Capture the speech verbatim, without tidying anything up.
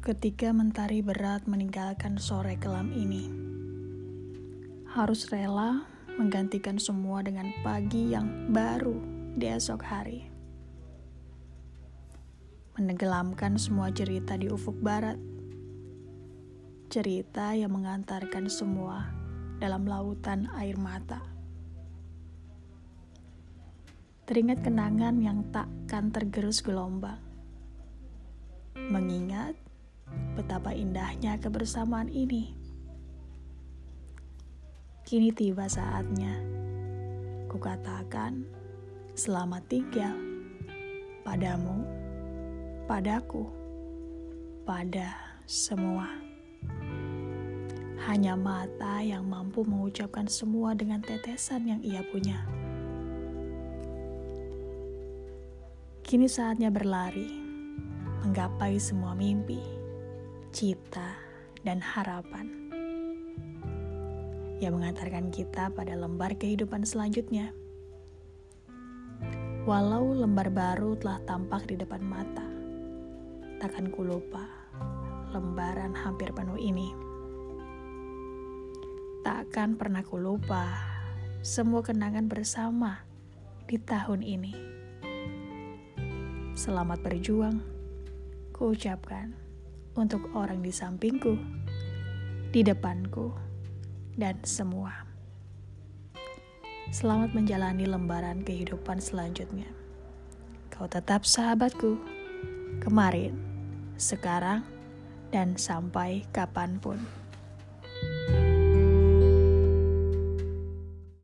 Ketika mentari berat meninggalkan sore kelam ini, harus rela menggantikan semua dengan pagi yang baru di esok hari. Menenggelamkan semua cerita di ufuk barat. Cerita yang mengantarkan semua dalam lautan air mata. Teringat kenangan yang takkan tergerus gelombang. Mengingat betapa indahnya kebersamaan ini. Kini tiba saatnya kukatakan selamat tinggal padamu, padaku, pada semua. Hanya mata yang mampu mengucapkan semua dengan tetesan yang ia punya. Kini saatnya berlari, menggapai semua mimpi, cita, dan harapan yang mengantarkan kita pada lembar kehidupan selanjutnya. Walau lembar baru telah tampak di depan mata, takkan ku lupa lembaran hampir penuh ini. Takkan pernah ku lupa semua kenangan bersama di tahun ini. Selamat berjuang, ku ucapkan untuk orang di sampingku, di depanku, dan semua. Selamat menjalani lembaran kehidupan selanjutnya. Kau tetap sahabatku, kemarin, sekarang, dan sampai kapanpun.